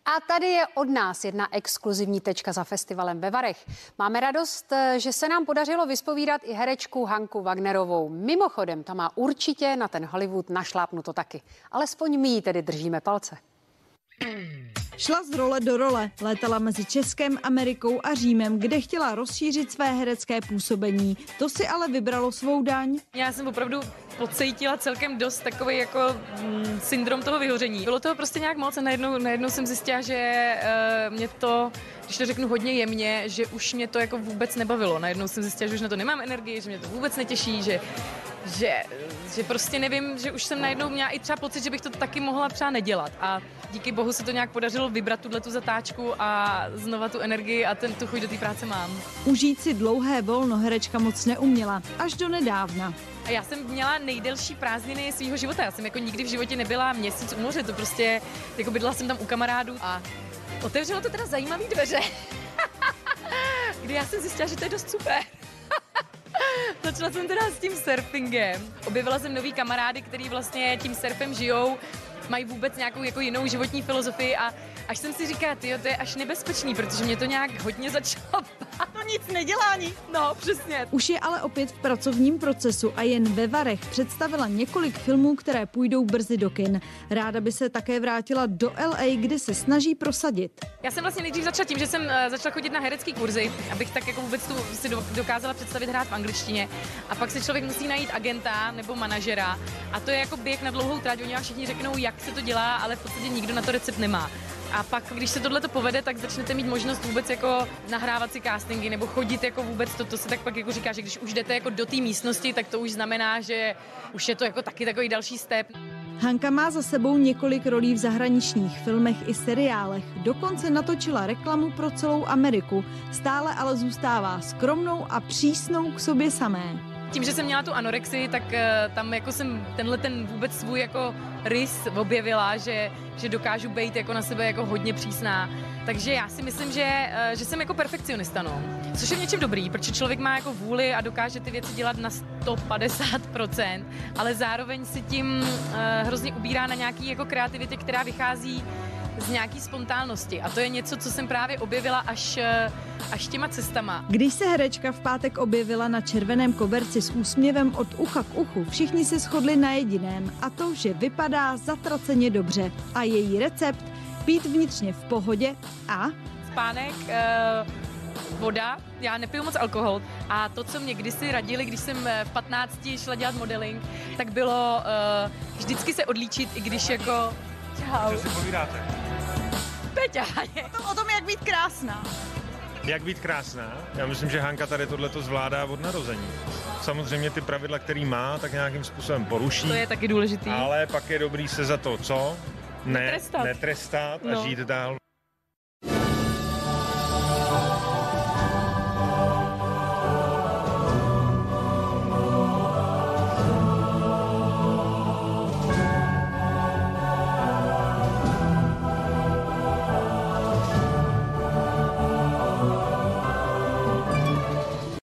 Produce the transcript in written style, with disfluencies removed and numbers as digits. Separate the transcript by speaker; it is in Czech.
Speaker 1: A tady je od nás jedna exkluzivní tečka za festivalem ve Varech. Máme radost, že se nám podařilo vyspovídat i herečku Hanku Wagnerovou. Mimochodem, ta má určitě na ten Hollywood našlápnuto taky. Alespoň my jí tedy držíme palce.
Speaker 2: Šla z role do role, létala mezi Českem, Amerikou a Římem, kde chtěla rozšířit své herecké působení. To si ale vybralo svou daň.
Speaker 3: Já jsem opravdu pocítila celkem dost takový jako syndrom toho vyhoření. Bylo toho prostě nějak moc a najednou jsem zjistila, že mě to, když to řeknu hodně jemně, že už mě to jako vůbec nebavilo. Najednou jsem zjistila, že už na to nemám energii, že mě to vůbec netěší, že prostě nevím, že už jsem najednou měla i třeba pocit, že bych to taky mohla třeba nedělat. A díky bohu se to nějak podařilo vybrat tu zatáčku a znova tu energii a tu chuť do té práce mám.
Speaker 2: Užít si dlouhé volno herečka moc neuměla, až do nedávna.
Speaker 3: A já jsem měla nejdelší prázdniny svého života. Já jsem jako nikdy v životě nebyla měsíc u moře, to prostě, jako bydlela jsem tam u kamarádů a otevřelo to teda zajímavé dveře, kdy já jsem zjistila, že to je dost super. Začala jsem teda s tím surfingem. Objevila jsem nový kamarády, který vlastně tím surfem žijou, mají vůbec nějakou jako jinou životní filozofii a až jsem si říkala, tyjo, to je až nebezpečný, protože mě to nějak hodně začalo bát.
Speaker 2: To nic nedělá ni.
Speaker 3: No, přesně.
Speaker 2: Už je ale opět v pracovním procesu a jen ve Varech představila několik filmů, které půjdou brzy do kin. Ráda by se také vrátila do LA, kde se snaží prosadit.
Speaker 3: Já jsem vlastně nejdřív začala tím, že jsem začala chodit na herecký kurzy, abych tak jako vůbec si dokázala představit hrát v angličtině. A pak si člověk musí najít agenta nebo manažera. A to je jako běh na dlouhou trať. Oni vám všichni řeknou, jak se to dělá, ale v podstatě nikdo na to recept nemá. A pak, když se tohle to povede, tak začnete mít možnost vůbec jako nahrávat si castingy nebo chodit jako vůbec, to se tak pak jako říká, že když už jdete jako do té místnosti, tak to už znamená, že už je to jako taky takový další step.
Speaker 2: Hanka má za sebou několik rolí v zahraničních filmech i seriálech. Dokonce natočila reklamu pro celou Ameriku. Stále ale zůstává skromnou a přísnou k sobě samé.
Speaker 3: Tím, že jsem měla tu anorexii, tak tam jako jsem ten vůbec svůj jako rys objevila, že dokážu být jako na sebe jako hodně přísná. Takže já si myslím, že jsem jako perfekcionista, no. Což je v něčem dobrý, protože člověk má jako vůli a dokáže ty věci dělat na 150%, ale zároveň si tím hrozně ubírá na nějaký jako kreativitě, která vychází z nějaký spontánnosti. A to je něco, co jsem právě objevila až těma cestama.
Speaker 2: Když se herečka v pátek objevila na červeném koberci s úsměvem od ucha k uchu, všichni se shodli na jediném, a to, že vypadá zatraceně dobře. A její recept? Pít vnitřně v pohodě a
Speaker 3: spánek, voda, já nepiju moc alkohol a to, co mě kdysi radili, když jsem v 15 šla dělat modeling, tak bylo vždycky se odlíčit, i když jako čau.
Speaker 4: Co si povídáte?
Speaker 3: Peťa.
Speaker 2: O tom, jak být krásná.
Speaker 4: Jak být krásná? Já myslím, že Hanka tady tohleto zvládá od narození. Samozřejmě ty pravidla, který má, tak nějakým způsobem poruší.
Speaker 3: To je taky důležitý.
Speaker 4: Ale pak je dobrý se za to, co? Netrestat a žít dál.